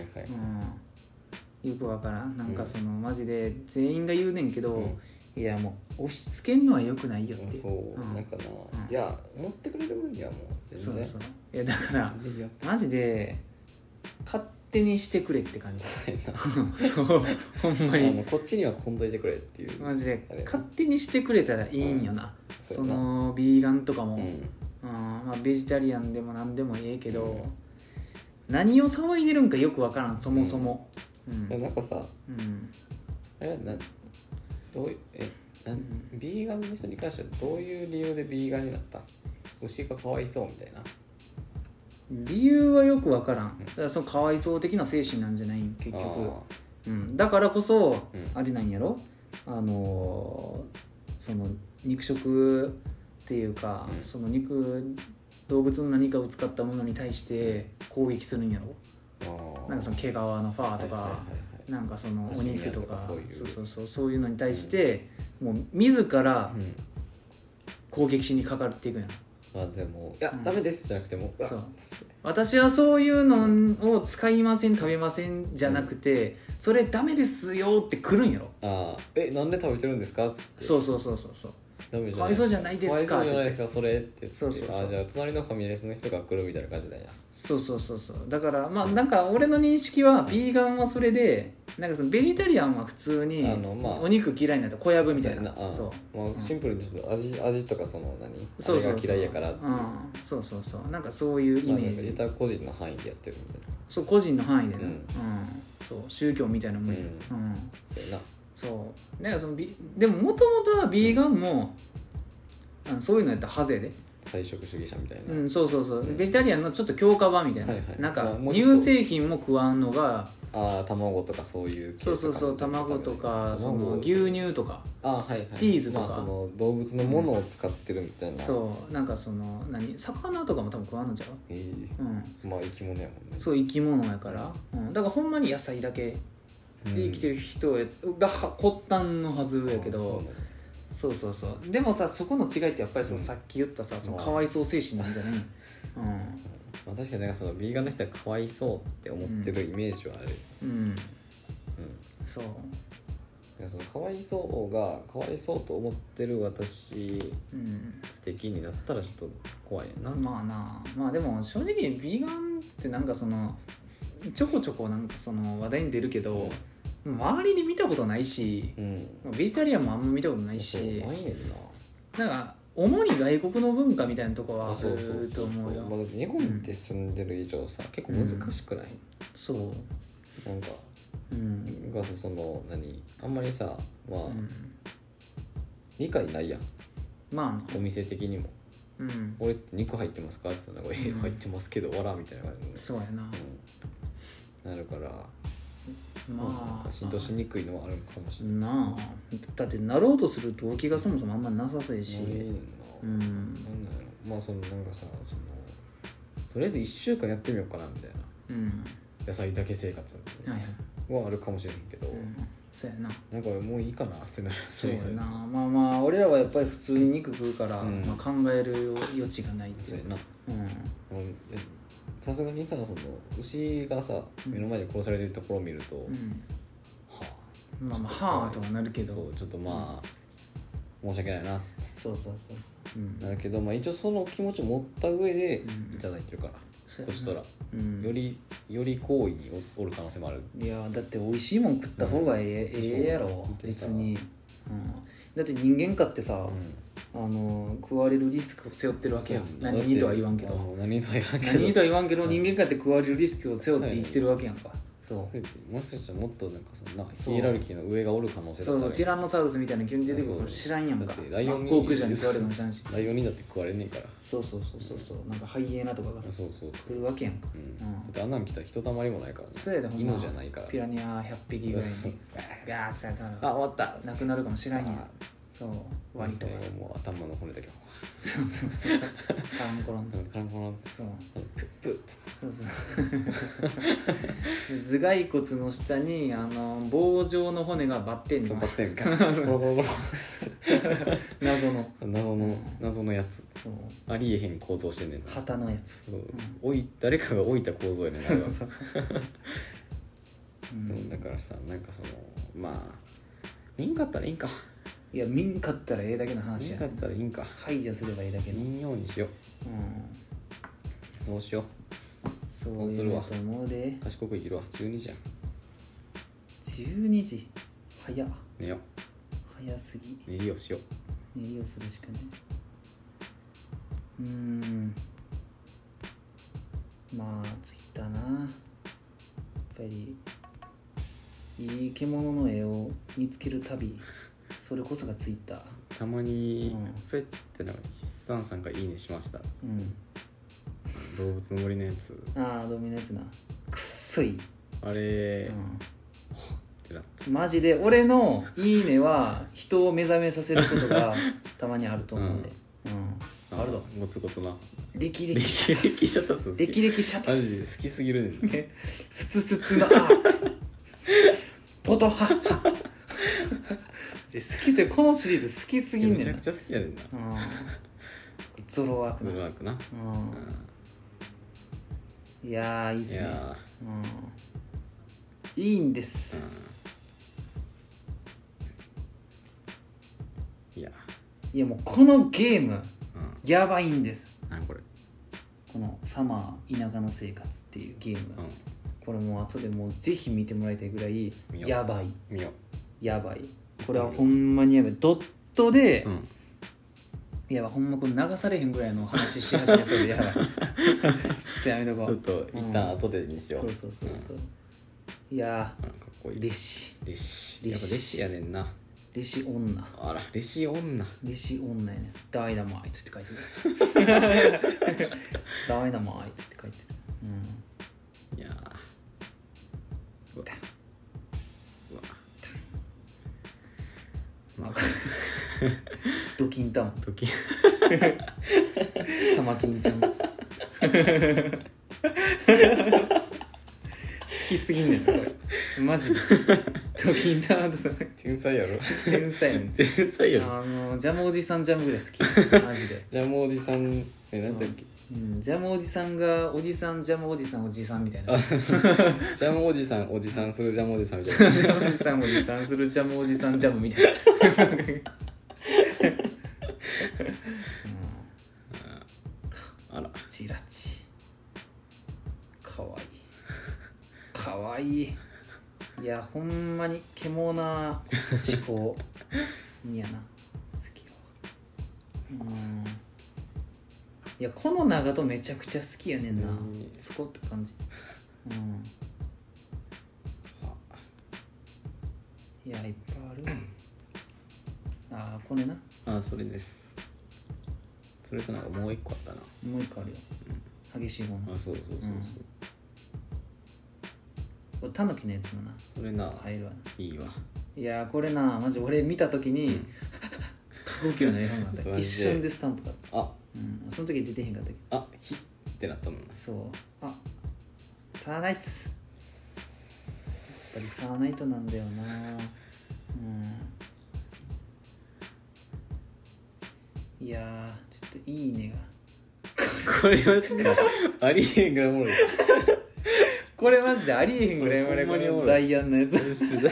よくわからん、なんかそのマジで全員が言うねんけど、いやもう押し付けんのはよくないよって、 なんかな、いや思ってくれる分にはもう全然、 いやだからマジで勝手にしてくれって感じそうほんまにこっちにはこんどいてくれっていう、 マジで勝手にしてくれたらいいんよな、そのビーガンとかも、まあ、ベジタリアンでも何でもええけど、何を騒いでるんかよくわからん、そもそも、 なんかさ、あれはどうビーガンの人に関してはどういう理由でビーガンになった？牛がかわいそうみたいな理由はよくわからん、だからそのかわいそう的な精神なんじゃないん結局、だからこそ、あれなんやろ、その肉食っていうか、その動物の何かを使ったものに対して攻撃するんやろ、 なんかその毛皮のファーとか、なんかそのお肉とかそういうのに対して、もう自ら攻撃しにかかっていくんやろ。 でもいや、ダメですじゃなくてもそう私はそういうのを使いません食べませんじゃなくて、それダメですよって来るんやろ。 なんで食べてるんですかっつって、 そうダメじゃないかわいそうじゃないですか、 かわいそうじゃないですかそれって言って、 そうじゃあ隣のファミレスの人が来るみたいな感じだよ。 そうだからまあなんか俺の認識はビーガンはそれで、なんかそのベジタリアンは普通にお肉嫌いになったら小籔みたいな、 シンプルにちょっと味とかそのあれが嫌いやからっていう、 そうなんかそういうイメージ、 絶対個人の範囲でやってるみたいな、 そう個人の範囲でね、そう宗教みたいなもんや、そうなんかそのでももともとはビーガンもそういうのやったらハゼで菜食主義者みたいな、 そうベジタリアンのちょっと強化版みたいな、なんか乳製品も食わんのが卵とかそういうそう卵とかその牛乳とかチーズとか、 その動物のものを使ってるみたいな、 そうなんかその魚とかも多分食わんのちゃう、 まあ生き物やもんね。 そう生き物やから、だからほんまに野菜だけで生きてる人が発端のはずやけど、そうでもさ、そこの違いってやっぱりそのさっき言ったさ、そのかわいそう精神なんじゃない？ 確かになんかそのビーガンの人はかわいそうって思ってるイメージはある。 そうそのかわいそうがかわいそうと思ってる私、素敵になったらちょっと怖いやな。 まあでも正直ビーガンってなんかそのちょこちょこなんかその話題に出るけど、周りで見たことないし、ベジタリアンもあんま見たことないし、なんか主に外国の文化みたいなところはあると思うよ。 日本で住んでる以上さ、結構難しくない？ そうなんかそのあんまりさ、理解ないやん、お店的にも。俺って肉入ってますかって言ったら入ってますけどわらみたいな感じで、 そうやな、 なるから浸透しにくいのはあるかもしれない。だってなろうとする動機がそもそもあんまなさそうやし、 まあそのなんかさ、とりあえず1週間やってみようかなみたいな、野菜だけ生活はあるかもしれんけど、 そうやな、 なんかもういいかなってなる。 そうやな、まあ俺らはやっぱり普通に肉食うから、考える余地がないっていう。そうやな、 さすがにさ、その牛がさ目の前で殺されてるところを見ると、 はあとはなるけど、 ちょっと申し訳ないなっつって、 そうなるけど、一応その気持ちを持った上でいただいてるから、こちとら、より好意におる可能性もある。 いやだって美味しいもん食った方がええやろ、別に。だって人間かってさ、食われるリスクを背負ってるわけやん。何にとは言わんけど、何とは言わんけど、人間かって食われるリスクを背負って生きてるわけやんか。 もしかしたらもっとなんかそのヒエラルキーの上がおる可能性だったら、 ティラノサウルスみたいな急に出てくるの知らんやんか。 ライオンに航空じゃん食われるのも知らんし、 ライオンにだって食われねえから。 そうなんかハイエナとかが来るわけやんか。 あんなん来たらひとたまりもないからね。 そうやで、 犬じゃないから。 ピラニア100匹ぐらいにガーッてやったら終わったなくなるかもしらんやん。そうワニとかもう頭の骨だけカランコロンそうプップッそう頭蓋骨の下に棒状の骨がバッテンのバッテンか謎のやつ、ありえへん構造してんねんな。 旗のやつ、 誰かが置いた構造やねんな、あれは。だからさ、なんかその見んかったらいいんか。 いや見んかったらええだけの話や。 見んかったらいいんか。 排除すればいいだけの。 いいようにしよう。そうしよう。 そうするわ。と思うで。 賢く生きるわ。12時やん。 12時。早っ。 寝よう。 早すぎ。 寝りをしよう。 寝りをするしかない。ツイッターな。やっぱりいい獣の絵を見つける旅。それこそがツイッター。 たまにフェッてなんか筆算さんがいいねしましたっつって、動物の森のやつ、 動物のやつな、くっそいいあれ、ってなった。 マジで俺のいいねは人を目覚めさせることがたまにあると思うんで、 あるぞゴツゴツな歴歴シャタス歴シャタマジで好きすぎるねスツスツのポトハッハ好きすぎこのシリーズ好きすぎんねんめちゃくちゃ好きやねんなゾロワークゾロワークな、 いやーいいっすねいいんです、いやもうこのゲーム、やばいんです。 何これこのサマー田舎の生活っていうゲーム、これもう後でもうぜひ見てもらいたいぐらいやばいやばいこれはほんまにやばいドットで、いやほんまこれ流されへんぐらいの話し始めそうでやばいちょっとやめとこう。 ちょっと一旦後でにしよう、 そう、いやかっこいいレシやっぱレシやねんな。 レシ女あらレシ女やね。ダイナマイトって書いてるダイナマイトって書いてる、 いやうわまあドキンタンタマキンちゃん好きすぎんねんこれマジでドキンタンとさ天才やろ天才やねん天才やろジャムおじさんジャムぐらい好きマジでジャムおじさんなんだっけ、 ジャムおじさんがおじさんジャムおじさんおじさんみたいなジャムおじさんするジャムおじさんみたいなジャムおじさんおじさんするジャムおじさんジャムみたいなあらチラチかわいいいやほんまに獣こそ思考にやな好きよいやこの長門めちゃくちゃ好きやねんなスコって感じいやいっぱいあるこれなそれです。それとなんかもう一個あったな。 もう一個あるよ、激しい方のそうこれタヌキのやつもなそれな入るわないいわ。 いやこれなマジ俺見た時に過呼吸の絵本なんだ一瞬でスタンプがその時出てへんかったけどヒッってなったもんな。 そうサーナイツやっぱりサーナイトなんだよないやちょっといいねがこれマジでありえんぐらいおもろいこれマジでありえへんぐらいおもろいこのダイアンのやつ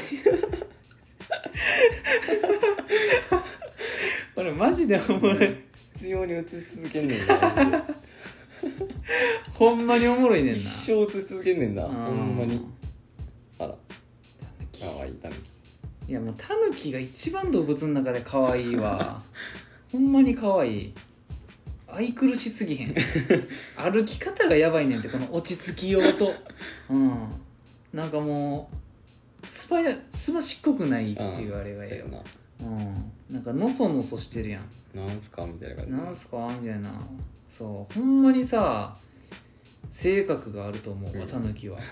これマジでおもろい必要に映し続けんねんなほんまにおもろいねんな一生映し続けんねんなほんまにあらかわいいタヌキいやもうタヌキが一番動物の中で可愛いわほんまに可愛い愛くるしすぎへん歩き方がやばいねんってこの落ち着きようとなんかもうすばしっこくないっていうあれがええよなんかのそのそしてるやんなんすかみたいな感じなんすかみたいなそうほんまにさ性格があると思うわタヌキは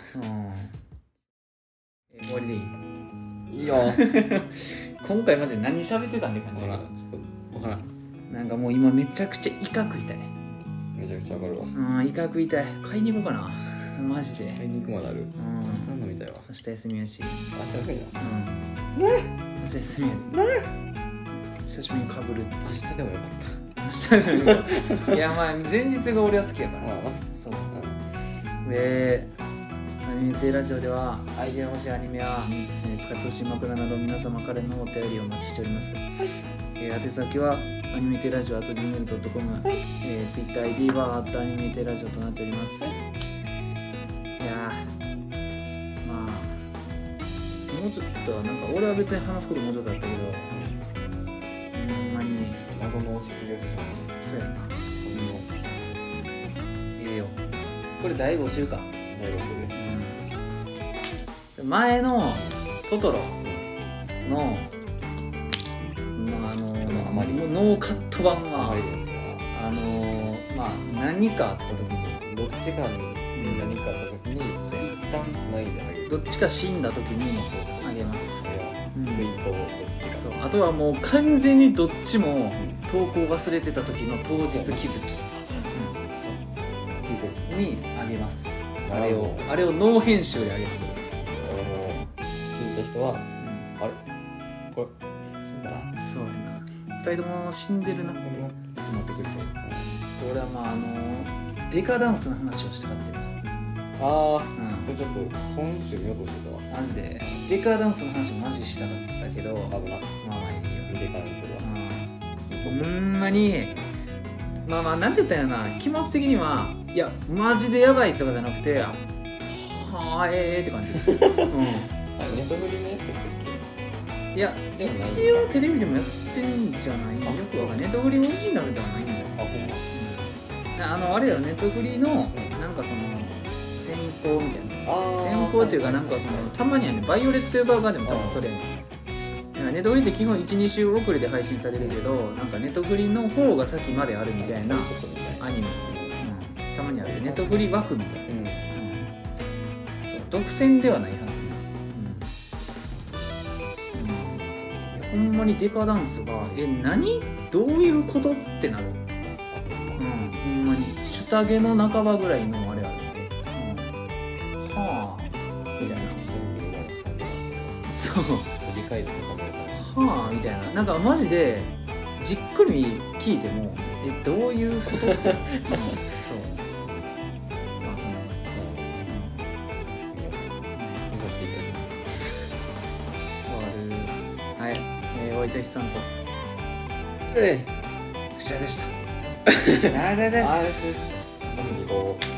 終わりでいいいいよ今回マジで何喋ってたんって感じちょっと分からんなんかもう今めちゃくちゃイカ食いたいめちゃくちゃ分かるわイカ食いたい買いに行こうかなマジで買いに行くまであるたくさん飲みたいわ明日休みやし明日休みだ明日休みや久しぶりにかぶるって明日でもよかった明日でもよかったいやまあ前日が俺は好きやからそうでアニメテラジオではアイデア欲しいアニメや使ってほしい枕など皆様からのお便りをお待ちしております、宛先はアニメテラジオ@gmail.com、TwitterID はアニメテラジオとなっております、いやまあもうちょっとなんか俺は別に話すこともうちょっとあったけどほんまに謎の卒業してしまったそうやなよこれ第5週か第5週です、 前のトトロのノーカット版がまあ何かあった時にどっちか何かあった時に一旦つないであげる。 どっちか死んだ時にあげます。 ツイートをどっちか。 そう。あとはもう完全にどっちも投稿忘れてた時の当日気づき、そうっていう時にあげます。あれをノー編集であげます。 俺も聞いた人は、あれこれ死んだな。 そうやな。2人とも死んでるなって思ってくれて、俺はまあデカダンスの話をしたかったよ。 ああ、それちょっと今週見ようとしてたわ。 マジでデカダンスの話マジしたかったけど、 危な。まあまあいいよ。 見てからにするわ。 ほんまにまあなんて言ったらいいのな、気持ち的にはいやマジでやばいとかじゃなくて、はあって感じ。 ネットフリのやつやったっけ？いや一応テレビでもやってんじゃないよくわかんない。ネットフリオリジナルではないんだよ。 あ、ほんま。 あれだよ、ネットフリのなんかその先行みたいな、先行っていうかなんかそのたまにはね、バイオレット・エヴァーガーデンも多分それやねん。ネットフリって基本 1,2 週遅れで配信されるけど、なんかネットフリの方が先まであるみたいなアニメ、たまにある。ネットフリ枠みたいな、そう独占ではないはずね。ほんまにデカダンスが何どういうことってなる。ほんまにシュタゲの半ばぐらいのあれあるんで、はあみたいな。そう理解度とかもはあみたいな、なんかマジでじっくり聞いてもどういうことって、そうまあそんな感じ。 見させていただきます。 はい、おいたしさんとくしゃでした。 ありがとうございます。